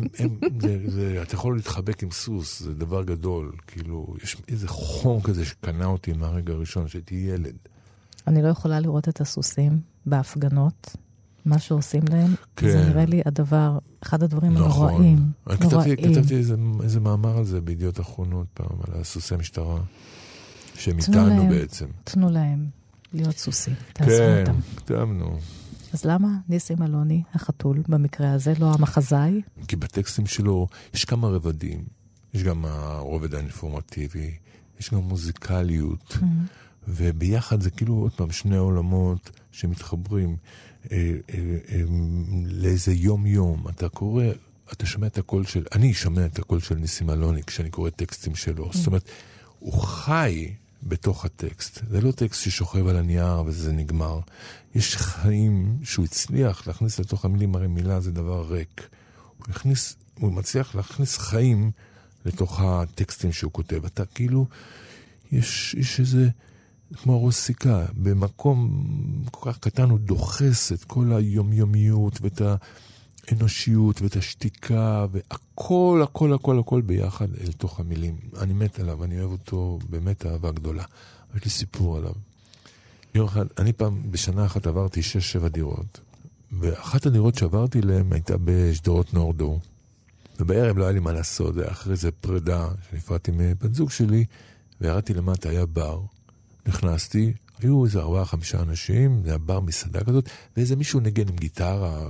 אתה יכול להתחבק עם סוס, זה דבר גדול. כאילו, יש איזה חום כזה שקנה אותי מהרגע הראשון, שהייתי ילד. אני לא יכולה לראות את הסוסים בהפגנות, מה שעושים להם, זה נראה לי הדבר, אחד הדברים הנוראים. כתבתי איזה מאמר על זה בידיעות אחרונות פעם, על הסוסי המשטרה, שהם איתנו בעצם. תנו להם להיות סוסים, תעשו כן, אותם. כתבנו. אז למה ניסים אלוני, החתול, במקרה הזה, לא המחזאי? כי בטקסטים שלו יש כמה רבדים. יש גם הרובד האינפורמטיבי, יש גם מוזיקליות, mm-hmm. וביחד זה כאילו עוד פעם שני עולמות שמתחברים אה, אה, אה, לאיזה יום-יום. אתה קורא, אתה שומע את הקול של, אני שומע את הקול של ניסים אלוני כשאני קורא טקסטים שלו. Mm-hmm. זאת אומרת, הוא חי בתוך הטקסט. זה לא טקסט ששוכב על הנייר וזה נגמר. יש חיים שהוא הצליח להכניס לתוך המילים, הרי מילה זה דבר ריק. הוא הכניס, הוא מצליח להכניס חיים לתוך הטקסטים שהוא כותב. אתה כאילו, יש, יש איזה, כמו הראש סיכה, במקום כל כך קטן הוא דוחס את כל היומיומיות ואת האנושיות ואת השתיקה והכל, הכל, הכל, הכל ביחד אל תוך המילים. אני מת עליו, אני אוהב אותו באמת אהבה גדולה. יש לי סיפור עליו. יום אחד, אני פעם בשנה אחת עברתי שש, שבע דירות, ואחת הדירות שעברתי להם הייתה בשדרות נורדו, ובערב לא היה לי מה לעשות, זה אחרי זה פרידה שנפרדתי מבת זוג שלי, וירדתי למטה, היה בר, נכנסתי, היו איזה ארבעה, חמישה אנשים, זה היה בר מסעדה כזאת, ואיזה מישהו נגן עם גיטרה,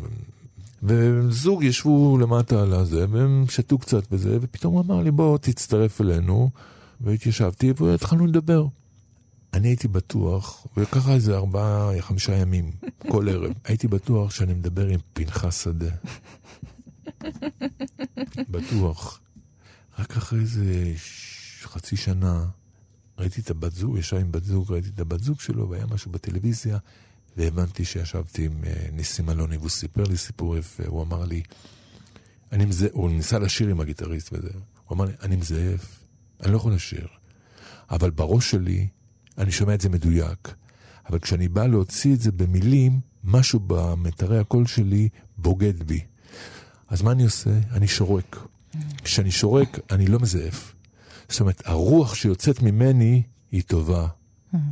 וזוג ישבו למטה על הזה, והם שתו קצת וזה, ופתאום הוא אמר לי, בוא תצטרף אלינו, והתיישבתי, והתחלנו לדבר. אני הייתי בטוח, וככה איזה ארבעה, חמישה ימים, כל ערב, הייתי בטוח שאני מדבר עם פנחס שדה. בטוח. רק אחרי איזה חצי שנה, ראיתי את הבת זוג, ישב עם בת זוג, ראיתי את הבת זוג שלו, והיה משהו בטלוויזיה, והבנתי שישבתי עם ניסים אלוני, והוא סיפר לי סיפור יפה, הוא אמר לי, אני מזהף, הוא ניסה לשיר עם הגיטריסט וזה, הוא אמר לי, אני מזהף, אני לא יכול לשיר, אבל בראש שלי, אני שומע את זה מדויק, אבל כשאני בא להוציא את זה במילים, משהו במטרי הקול שלי בוגד בי. אז מה אני עושה? אני שורק. כשאני שורק, אני לא מזהף. זאת אומרת, הרוח שיוצאת ממני היא טובה.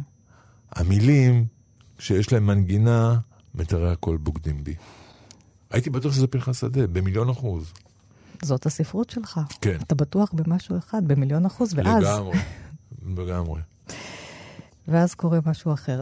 המילים שיש להם מנגינה, מטרי הקול בוגדים בי. הייתי בטוח שזה פנחס שדה, במיליון אחוז. זאת הספרות שלך. כן. אתה בטוח במשהו אחד, במיליון אחוז, ואז... לגמרי, לגמרי. ואז קורה משהו אחר.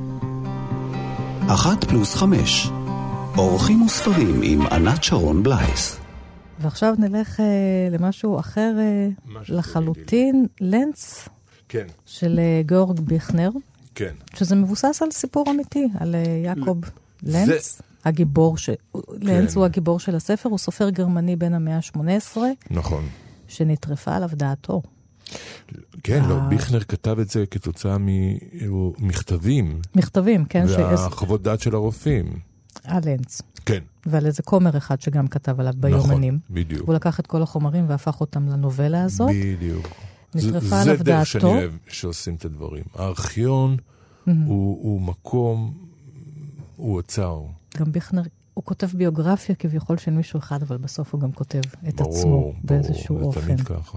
אחת פלוס חמש. אורחים וספרים עם ענת שרון בלייס. ועכשיו נלך אה, למשהו אחר אה, לחלוטין, לנץ, כן. של אה, גאורג ביכנר, כן. שזה מבוסס על סיפור אמיתי, על אה, יעקב לנץ, זה... הגיבור, ש... כן. לנץ הוא הגיבור של הספר, הוא סופר גרמני בין המאה ה-שמונה עשרה, נכון. שנטרפה עליו דעתו. כן, לא, ביכנר כתב את זה כתוצאה ממכתבים. מכתבים, כן. והחוות דעת של הרופאים. על לנץ. כן. ועל איזה כומר אחד שגם כתב עליו ביומנים. נכון, בדיוק. הוא לקח את כל החומרים והפך אותם לנובלה הזאת. בדיוק. נטרפה עליו דעתו. זה דרך שאני אוהב שעושים את הדברים. הארכיון הוא מקום, הוא אוצר. גם ביכנר, הוא כותב ביוגרפיה כביכול של מישהו אחד, אבל בסוף הוא גם כותב את עצמו באיזשהו אופן. ברור, זה תמיד ככה.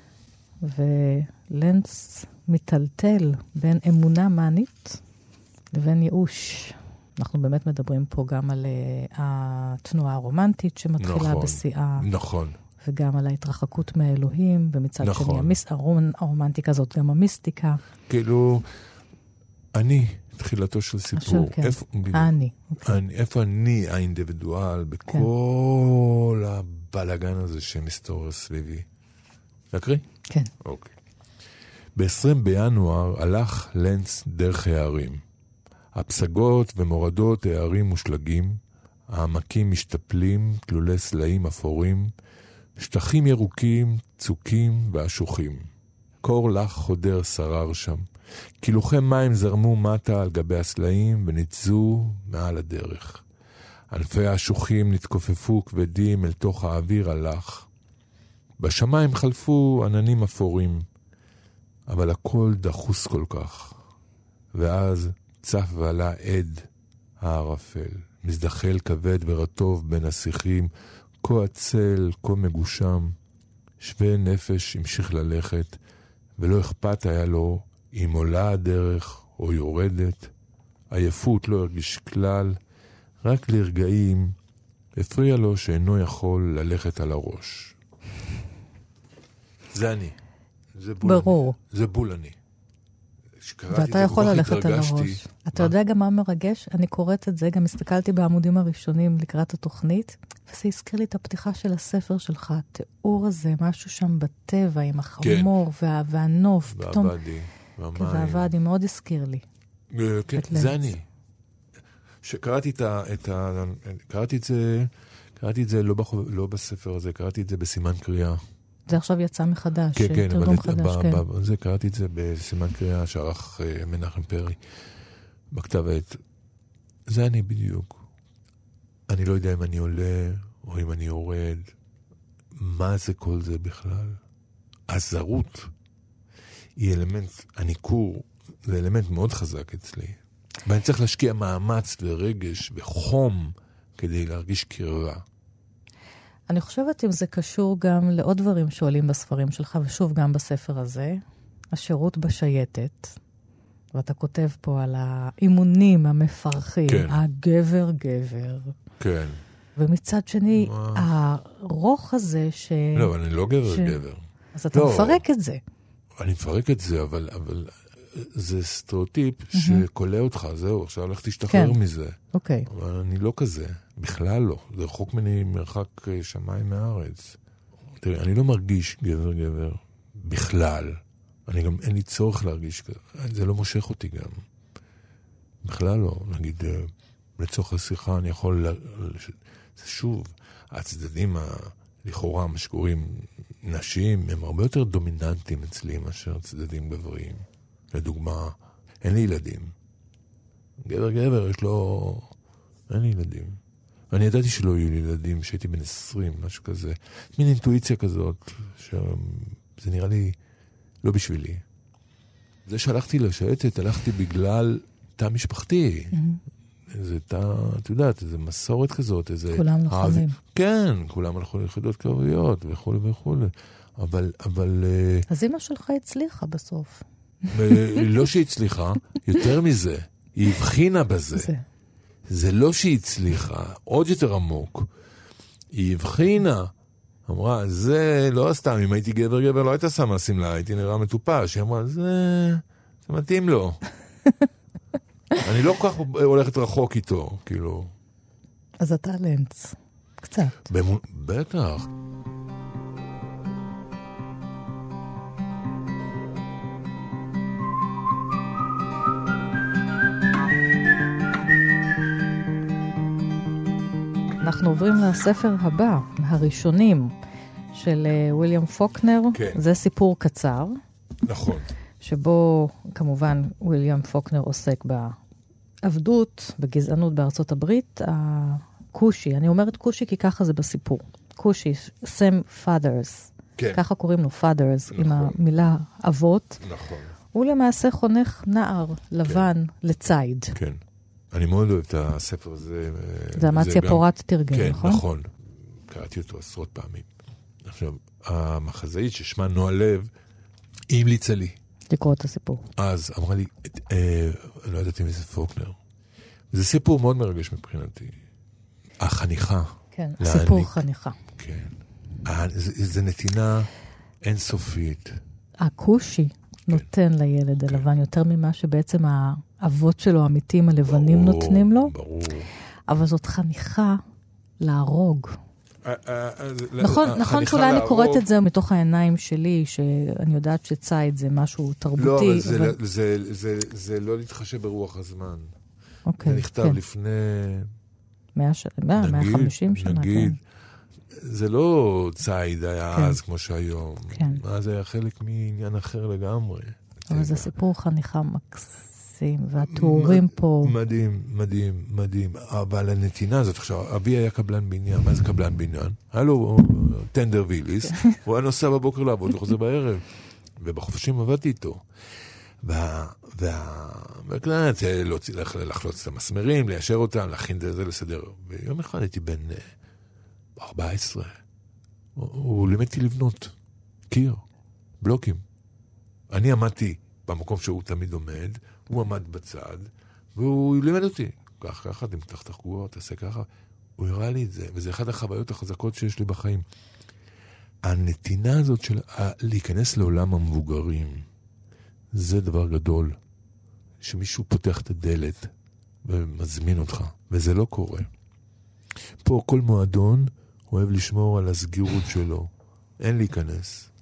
ולנץ מטלטל בין אמונה מאנית לבין ייאוש. אנחנו באמת מדברים פה גם על uh, התנועה הרומנטית שמתחילה נכון, בשיאה. נכון. וגם על ההתרחקות מהאלוהים, ומצד נכון. שני המיס, הרומנ, הרומנטיקה הזאת, גם המיסטיקה. כאילו, אני, תחילתו של סיפור. כן. איפה, אני. Okay. אני. איפה אני האינדיבידואל בכל כן. הבלגן הזה שמסתורר סביבי? להקריא? כן. אוקיי. ב-עשרים בינואר הלך לנץ דרך הערים. הפסגות ומורדות הערים מושלגים, העמקים משתפלים, תלולי סלעים אפורים, שטחים ירוקים, צוקים ואשוחים. קור לך חודר שרר שם. קילוחי מים זרמו מטה על גבי הסלעים וניצזו מעל הדרך. ענפי האשוחים נתכופפו כבדים אל תוך האוויר הלך. בשמיים חלפו עננים אפורים, אבל הכל דחוס כל כך. ואז צף ועלה עד הערפל, מזדחל כבד ורטוב בין השיחים, כה עצל, כה מגושם. שווה נפש המשיך ללכת, ולא אכפת היה לו אם עולה הדרך או יורדת. עייפות לא הרגיש כלל, רק לרגעים הפריע לו שאינו יכול ללכת על הראש. זה אני. זה בול ברור. אני. זה בול אני. ואתה יכול ללכת על הראש. אתה יודע גם מה מרגש? אני קוראת את זה, גם הסתכלתי בעמודים הראשונים לקראת התוכנית, וזה הזכיר לי את הפתיחה של הספר שלך, התיאור הזה, משהו שם בטבע, עם החמור והנוף. והעבדי, והמים. והעבדי, מאוד הזכיר לי. כן, זה אני. שקראתי את ה... קראתי את זה, קראתי את זה לא בספר הזה, קראתי את זה בסימן קריאה. זה עכשיו יצא מחדש, כן, כן, תרגום חדש, כן. זה, קראתי את זה בסימן קריאה שערך מנחם פרי, בכתב העת. זה אני בדיוק. אני לא יודע אם אני עולה, או אם אני יורד. מה זה כל זה בכלל? הזרות היא אלמנט, הניכור, זה אלמנט מאוד חזק אצלי. ואני צריך להשקיע מאמץ ורגש וחום, כדי להרגיש קרבה. אני חושבת אם זה קשור גם לעוד דברים שעולים בספרים שלך, ושוב גם בספר הזה, השירות בשייטת, ואתה כותב פה על האימונים המפרכים, כן. הגבר גבר. כן. ומצד שני, מה? הרוח הזה ש... לא, אבל אני לא גבר ש... גבר. אז אתה לא, מפרק את זה. אני מפרק את זה, אבל... אבל... זה סטריאוטיפ שקולה אותך, זהו, עכשיו הולך תשתחרר מזה. אוקיי. אבל אני לא כזה, בכלל לא. זה רחוק ממני מרחק שמיים מהארץ. תראי, אני לא מרגיש גבר גבר, בכלל. אני גם, אין לי צורך להרגיש כזה. זה לא מושך אותי גם. בכלל לא. נגיד, לצורך השיחה אני יכול... זה שוב, הצדדים לכאורה משקורים נשים, הם הרבה יותר דומיננטיים אצלי מאשר צדדים גבריים. לדוגמה, אין לי ילדים. גבר גבר, יש לו... אין לי ילדים. אני ידעתי שלא יהיו לי ילדים, שהייתי בן עשרים, משהו כזה. מין אינטואיציה כזאת, שזה נראה לי לא בשבילי. זה שהלכתי לשייטת, הלכתי בגלל תא משפחתי. איזה תא, את יודעת, איזה מסורת כזאת, איזה... כולם לוחמים. כן, כולם הלכו ליחידות קרביות, וכו' וכו'. אבל, אבל... אז אמא שלך הצליחה בסוף. לא שהצליחה, יותר מזה, היא הבחינה בזה. זה לא שהיא הצליחה, עוד יותר עמוק. היא הבחינה, אמרה, זה לא סתם, אם הייתי גבר גבר לא הייתה שמה שמלה, הייתי נראה מטופש. היא אמרה, זה, זה מתאים לו. אני לא כל כך הולכת רחוק איתו, כאילו. אז אתה לנץ, קצת. במו... בטח. אנחנו עוברים לספר הבא, הראשונים של וויליאם פוקנר. כן. זה סיפור קצר. נכון. שבו כמובן וויליאם פוקנר עוסק בעבדות, בגזענות בארצות הברית. הקושי, אני אומרת קושי כי ככה זה בסיפור. קושי, סם פאדרס. כן. ככה קוראים לו פאדרס, נכון. עם המילה אבות. נכון. הוא למעשה חונך נער לבן כן. לצייד. כן. אני מאוד אוהב את הספר הזה. זה אמציה פורת תרגם, כן, נכון? כן, נכון. קראתי אותו עשרות פעמים. עכשיו, המחזאית ששמה נועה לב, היא המליצה לי. לקרוא את הסיפור. אז אמרה לי, אה, לא ידעתי מי זה פוקנר. זה סיפור מאוד מרגש מבחינתי. החניכה. כן, להעניק, סיפור חניכה. כן. זה, זה נתינה אינסופית. הקושי כן. נותן לילד כן. הלבן יותר ממה שבעצם האבות שלו, האמיתים הלבנים ברור, נותנים לו. ברור. אבל זאת חניכה להרוג. נכון, נכון שאולי אני קוראת את זה מתוך העיניים שלי, שאני יודעת שצייד זה משהו תרבותי. לא, אבל זה, אבל... זה, זה, זה, זה לא להתחשב ברוח הזמן. אוקיי, זה נכתב כן. לפני... מאה, מאה, מאה וחמישים שנה, נגיד, כן. זה לא צייד היה כן. אז כמו שהיום. כן. אז היה חלק מעניין אחר לגמרי. אבל זה סיפור חניכה מקסים, והתיאורים פה... מדהים, מדהים, מדהים. אבל הנתינה הזאת, עכשיו, אבי היה קבלן בניין. מה זה קבלן בניין? היה לו טנדר ויליס, הוא היה נוסע בבוקר לעבוד וחוזר בערב. ובחופשים עבדתי איתו. וה... וכנעת, לחלוץ את המסמרים, ליישר אותם, להכין את זה לסדר. ויום אחד הייתי בן ארבע עשרה. הוא לימדתי לבנות קיר, בלוקים. אני עמדתי במקום שהוא תמיד עומד, הוא עמד בצד, והוא לימד אותי. כך, ככה, תמתח תחגור, תעשה ככה. הוא הראה לי את זה, וזה אחד החוויות החזקות שיש לי בחיים. הנתינה הזאת של להיכנס לעולם המבוגרים, זה דבר גדול. שמישהו פותח את הדלת ומזמין אותך, וזה לא קורה. פה כל מועדון אוהב לשמור על הסגירות שלו. אין להיכנס.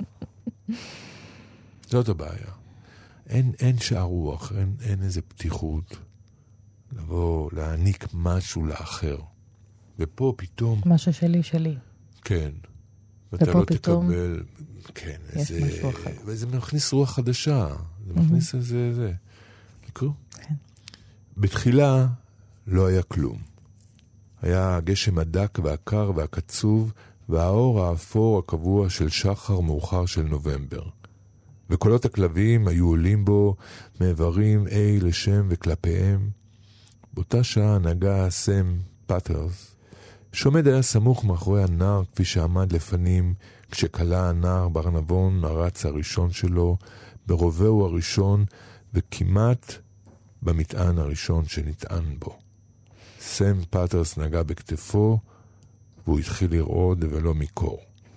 זאת הבעיה. אין, אין שער רוח, אין, אין איזה פתיחות לבוא, להעניק משהו לאחר. ופה פתאום... מה ששלי, שלי. כן. ואתה ופה לא פתאום... תקבל... כן, יש איזה... משהו אחר. וזה מכניס רוח חדשה. זה מכניס איזה... זה. לקרוא? כן. בתחילה לא היה כלום. היה הגשם הדק והקר והקצוב, והאור האפור הקבוע של שחר מאוחר של נובמבר. וקולות הכלבים היו עולים בו, מעברים אי לשם וכלפיהם. באותה שעה נגע סם פאטרס. שומד היה סמוך מאחורי הנער כפי שעמד לפנים, כשקלה הנער ברנבון הרץ הראשון שלו, ברובעו הראשון, וכמעט במטען הראשון שנטען בו. סם פאטרס נגע בכתפו, והוא התחיל לרעוד ולא מקור.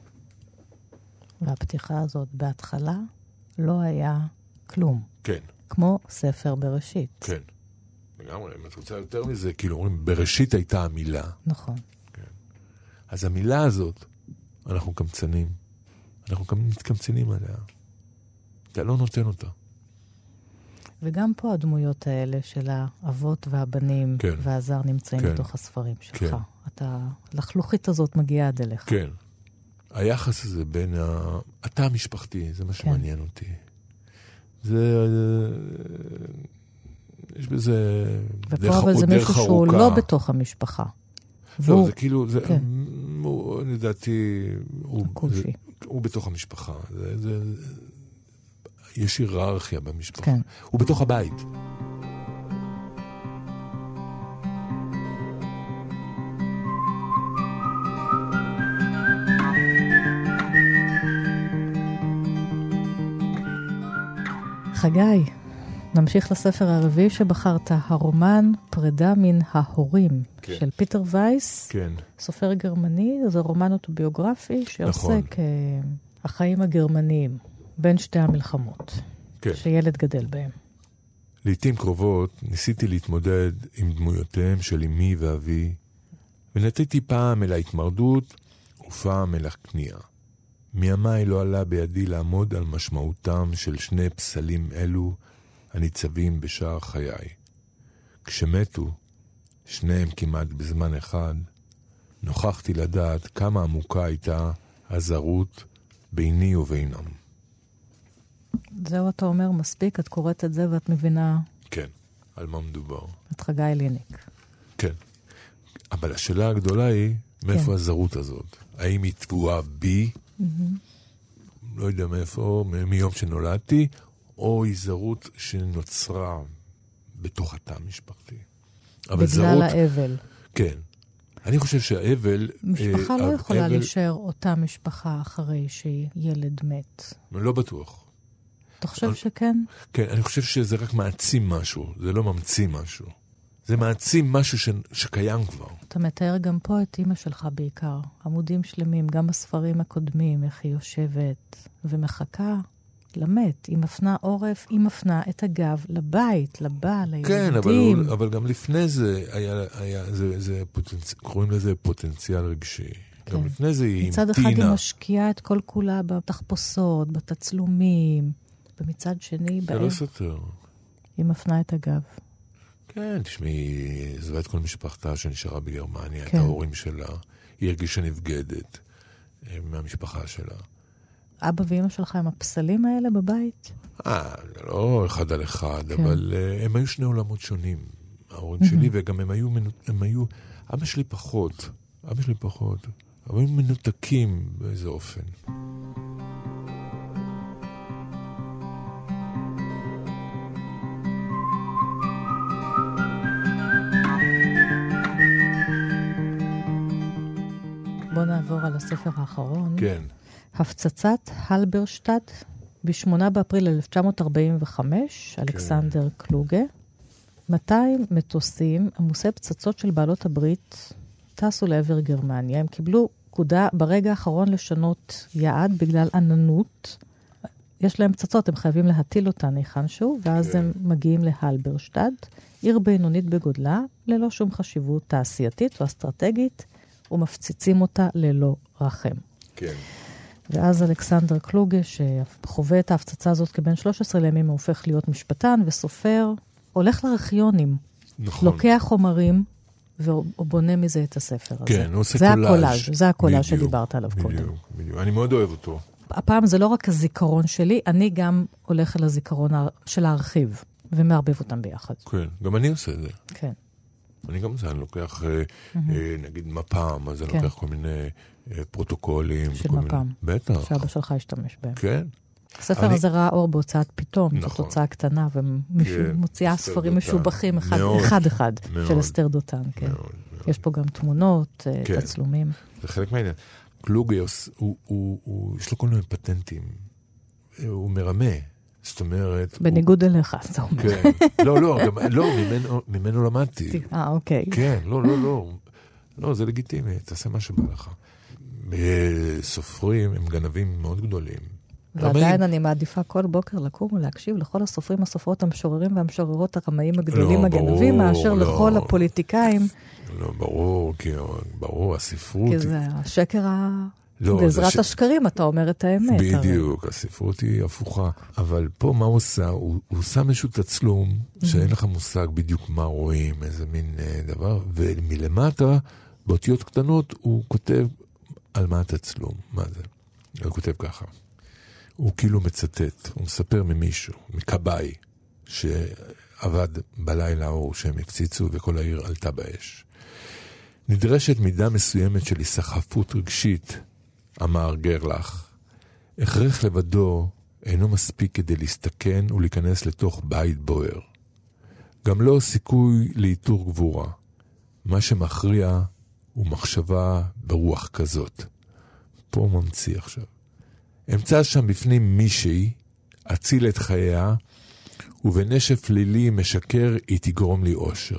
והפתיחה הזאת בהתחלה לא היה כלום. כן. כמו ספר בראשית. כן. לגמרי, אם את רוצה יותר מזה, כאילו אומרים, בראשית הייתה המילה. נכון. כן. אז המילה הזאת, אנחנו קמצנים. אנחנו גם מתקמצנים עליה. אתה לא נותן אותה. וגם פה הדמויות האלה של האבות והבנים כן. והזר נמצאים כן. בתוך הספרים שלך. כן. אתה, לחלוכית הזאת מגיעה עד אליך. כן. היחס הזה בין ה... התא המשפחתי, זה מה שמעניין אותי. זה... יש בזה ופה דרך, אבל זה מישהו שהוא ארוכה. לא בתוך המשפחה. לא, והוא... זה כאילו, זה, כן. הוא, לדעתי, הוא, זה, הקושי. הוא בתוך המשפחה. זה, זה, יש היררכיה במשפחה. כן. הוא בתוך הבית. חגי, נמשיך לספר הרביעי שבחרת, הרומן פרידה מן ההורים, כן. של פיטר וייס, כן. סופר גרמני, זה רומן אוטוביוגרפי שעוסק נכון. uh, החיים הגרמניים בין שתי המלחמות, כן. שילד גדל בהם. לעתים קרובות ניסיתי להתמודד עם דמויותיהם של אמי ואבי, ונתתי פעם אל ההתמרדות ופעם אל הכניעה. מימיי לא עלה בידי לעמוד על משמעותם של שני פסלים אלו הניצבים בשער חיי. כשמתו, שניהם כמעט בזמן אחד, נוכחתי לדעת כמה עמוקה הייתה הזרות ביני ובינם. זהו אתה אומר מספיק, את קוראת את זה ואת מבינה... כן, על מה מדובר. את חגי ליניק. כן, אבל השאלה הגדולה היא, מאיפה כן. הזרות הזאת? האם היא תבואה בי? Mm-hmm. לא יודע מאיפה, מיום שנולדתי, או היא זרות שנוצרה בתוך התא המשפחתי. בגלל זרות, האבל. כן. אני חושב שהאבל... משפחה אה, לא יכולה אבל... להישאר אותה משפחה אחרי שילד מת. לא בטוח. אתה חושב אני... שכן? כן, אני חושב שזה רק מעצים משהו, זה לא ממציא משהו. זה מעצים משהו ש... שקיים כבר. אתה מתאר גם פה את אמא שלך בעיקר. עמודים שלמים, גם בספרים הקודמים, איך היא יושבת ומחכה למת. היא מפנה עורף, היא מפנה את הגב לבית, לבעל, לילדים. כן, אבל, אבל גם לפני זה, היה, היה, זה, זה פוטנצ... קוראים לזה פוטנציאל רגשי. כן. גם לפני זה היא מצד המתינה. אחד היא משקיעה את כל כולה בתחפושות, בתצלומים, ומצד שני... זה לא סותר. היא מפנה את הגב. כן, תשמעי, היא עזבה את כל משפחתה שנשארה בגרמניה, כן. את ההורים שלה. היא הרגישה נבגדת מהמשפחה שלה. אבא ואמא שלך הם הפסלים האלה בבית? אה, לא אחד על אחד, כן. אבל uh, הם היו שני עולמות שונים, ההורים mm-hmm. שלי, וגם הם היו, הם היו, אבא שלי פחות, אבא שלי פחות, אבל הם מנותקים באיזה אופן. בוא נעבור על הספר האחרון. כן. הפצצת הלברשטאט, ב-שמונה באפריל אלף תשע מאות ארבעים וחמש, כן. אלכסנדר קלוגה. מאתיים מטוסים עמוסי פצצות של בעלות הברית טסו לעבר גרמניה. הם קיבלו פקודה ברגע האחרון לשנות יעד בגלל עננות. יש להם פצצות, הם חייבים להטיל אותן היכנשהו, ואז כן. הם מגיעים להלברשטאט, עיר בינונית בגודלה, ללא שום חשיבות תעשייתית או אסטרטגית, ומפציצים אותה ללא רחם. כן. ואז אלכסנדר קלוגה, שחווה את ההפצצה הזאת כבן שלוש עשרה לימים, הוא הופך להיות משפטן וסופר, הולך לארכיונים, נכון. לוקח חומרים, ובונה מזה את הספר הזה. כן, הוא עושה זה קולאז'. הקולאז', זה הקולאז' שדיברת עליו בדיוק, קודם. בדיוק. אני מאוד אוהב אותו. הפעם זה לא רק הזיכרון שלי, אני גם הולך אל הזיכרון של הארכיב, ומערבב אותם ביחד. כן, גם אני עושה את זה. כן. אני גם זה, אני לוקח, נגיד מפ"ם, אז אני לוקח כל מיני פרוטוקולים. של מפ"ם. בטח. שאבא שלך השתמש בהם. כן. הספר הזה ראה אור בהוצאת פתאום, זאת הוצאה קטנה, ומוציאה ספרים משובחים אחד-אחד של אסתר דותן. יש פה גם תמונות, תצלומים. זה חלק מהעניין. קלוגה, יש לו כל מיני פטנטים. הוא מרמה. זאת אומרת... בניגוד אליך, זאת אומרת. כן. לא, לא, לא, ממנו למדתי. אה, אוקיי. כן, לא, לא, לא. לא, זה לגיטימי, תעשה מה שבא לך. סופרים הם גנבים מאוד גדולים. ועדיין אני מעדיפה כל בוקר לקום ולהקשיב לכל הסופרים, הסופרות, המשוררים והמשוררות הרמאים הגדולים הגנבים, מאשר לכל הפוליטיקאים. לא, ברור, כי ברור, הספרות... כי זה השקר ה... בעזרת השקרים אתה אומר את האמת. בדיוק, הספרות היא הפוכה. אבל פה מה הוא עושה? הוא שם איזשהו תצלום, שאין לך מושג בדיוק מה רואים, איזה מין דבר, ומלמטה, באותיות קטנות, הוא כותב על מה התצלום, מה זה. הוא כותב ככה. הוא כאילו מצטט, הוא מספר ממישהו, מקבאי, שעבד בלילה או שהם הקציצו וכל העיר עלתה באש. נדרשת מידה מסוימת של היסחפות רגשית, אמר גרלח. הכרח לבדו אינו מספיק כדי להסתכן ולהיכנס לתוך בית בוער. גם לא סיכוי לאיתור גבורה. מה שמכריע הוא מחשבה ברוח כזאת. פה הוא ממציא עכשיו. אמצא שם בפנים מישהי, אציל את חייה, ובנשף לילי משקר היא תגרום לי אושר.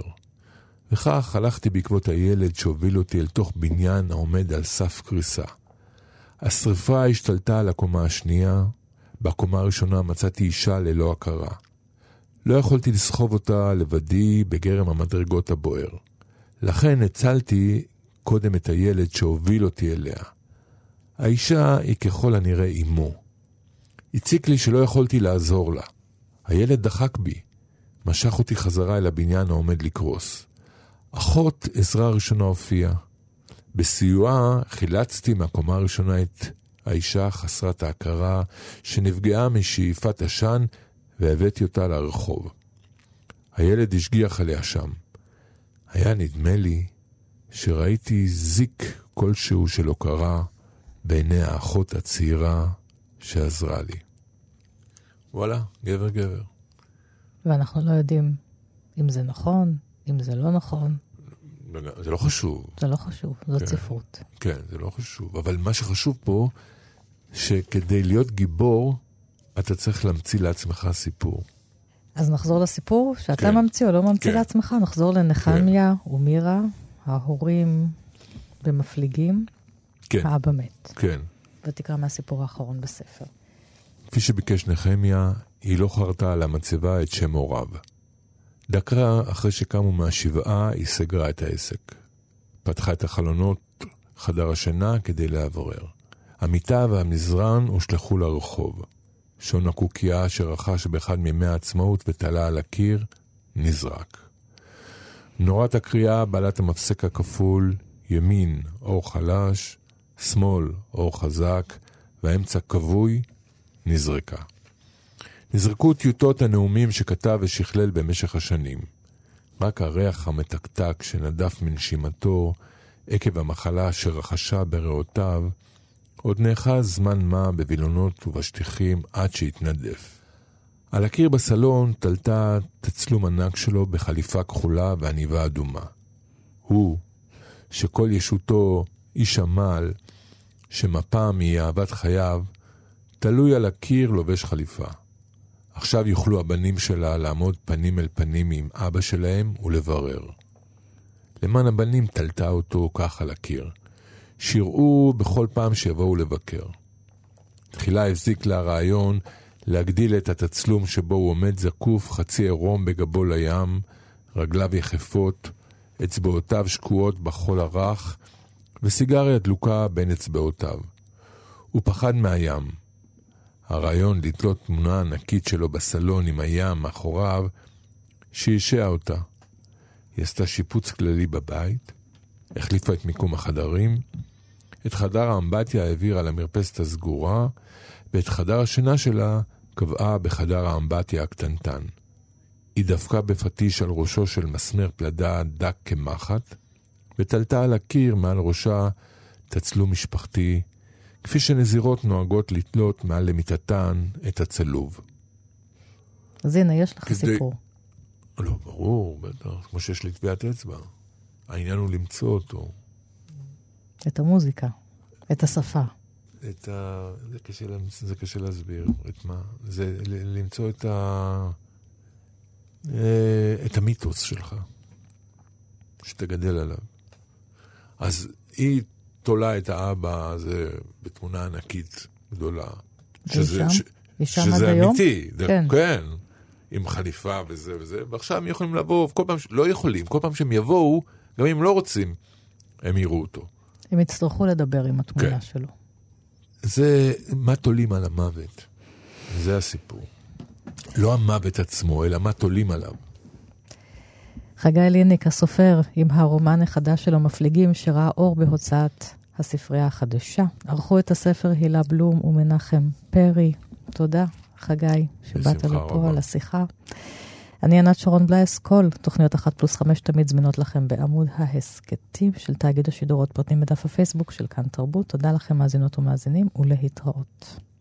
וכך הלכתי בעקבות הילד שהוביל אותי אל תוך בניין העומד על סף קריסה. השריפה השתלטה על הקומה השנייה, בקומה הראשונה מצאתי אישה ללא הכרה. לא יכולתי לסחוב אותה לבדי בגרם המדרגות הבוער. לכן הצלתי קודם את הילד שהוביל אותי אליה. האישה היא ככל הנראה אמו. הציק לי שלא יכולתי לעזור לה. הילד דחק בי, משך אותי חזרה אל הבניין העומד לקרוס. אחות עזרה ראשונה הופיעה. בסיועה חילצתי מהקומה הראשונה את האישה חסרת ההכרה שנפגעה משאיפת עשן והבאתי אותה לרחוב. הילד השגיח עליה שם. היה נדמה לי שראיתי זיק כלשהו שלא קרה בעיני האחות הצעירה שעזרה לי. וואלה, גבר גבר. ואנחנו לא יודעים אם זה נכון, אם זה לא נכון. זה לא חשוב. זה לא חשוב, זאת כן, ספרות. כן, זה לא חשוב. אבל מה שחשוב פה, שכדי להיות גיבור, אתה צריך להמציא לעצמך סיפור. אז נחזור לסיפור, שאתה כן. ממציא או לא ממציא כן. לעצמך, נחזור לנחמיה כן. ומירה, ההורים במפליגים, כן. האבא מת. כן. ותקרא מהסיפור האחרון בספר. כפי שביקש נחמיה, היא לא חרתה על המצבה את שם הוריו. דקה אחרי שקמו מהשבעה, היא סגרה את העסק. פתחה את החלונות חדר השינה כדי לעברר. המיטה והמזרן הושלחו לרחוב. שון הקוקייה שרכש באחד מימי העצמאות ותלה על הקיר, נזרק. נורת הקריאה בעלת המפסק הכפול, ימין אור חלש, שמאל אור חזק, והאמצע כבוי, נזרקה. נזרקו טיוטות הנאומים שכתב ושכלל במשך השנים. רק הריח המתקתק שנדף מנשימתו עקב המחלה שרחשה בריאותיו, עוד נאחז זמן מה בבילונות ובשטיחים עד שהתנדף. על הקיר בסלון תלתה תצלום ענק שלו בחליפה כחולה ועניבה אדומה. הוא, שכל ישותו איש עמל, שמפה מאהבת חייו, תלוי על הקיר לובש חליפה. עכשיו יוכלו הבנים שלה לעמוד פנים אל פנים עם אבא שלהם ולברר. למען הבנים תלתה אותו כך על הקיר. שיראו בכל פעם שיבואו לבקר. תחילה הבזיק לה רעיון להגדיל את התצלום שבו הוא עומד זקוף חצי עירום בגבו לים, רגליו יחפות, אצבעותיו שקועות בחול הרך, וסיגריה דלוקה בין אצבעותיו. הוא פחד מהים. הרעיון לתלות תמונה ענקית שלו בסלון עם הים מאחוריו, שישע אותה. היא עשתה שיפוץ כללי בבית, החליפה את מיקום החדרים, את חדר האמבטיה העבירה למרפסת הסגורה, ואת חדר השינה שלה קבעה בחדר האמבטיה הקטנטן. היא דפקה בפטיש על ראשו של מסמר פלדה דק כמחט, ותלתה על הקיר מעל ראשה תצלום משפחתי, כפי שנזירות נוהגות לתלות מעל למיטתן את הצלוב. אז הנה, יש לך כדי... סיפור. לא, ברור, בטח, כמו שיש לי טביעת אצבע. העניין הוא למצוא אותו. את המוזיקה, את השפה. את ה... זה קשה, זה קשה להסביר. את מה? זה למצוא את ה... את המיתוס שלך. שתגדל עליו. אז היא תולה את האבא הזה בתמונה ענקית גדולה. שזה, ש... שזה אמיתי. כן. כן. עם חליפה וזה וזה. ועכשיו הם יכולים לבוא, כל פעם, לא יכולים, כל פעם שהם יבואו, גם אם לא רוצים, הם יראו אותו. הם יצטרכו לדבר עם התמונה כן. שלו. זה מה תולים על המוות. זה הסיפור. לא המוות עצמו, אלא מה תולים עליו. חגי ליניק, הסופר, עם הרומן החדש שלו מפליגים, שראה אור בהוצאת הספרייה החדשה. ערכו את הספר הילה בלום ומנחם פרי. תודה, חגי, שבאת לפה על השיחה. אני ענת שרון בלייס, כל תוכניות אחת פלוס חמש תמיד זמינות לכם בעמוד ההסקטים של תאגיד השידור, עוד פרטים בדף הפייסבוק של כאן תרבות. תודה לכם מאזינות ומאזינים ולהתראות.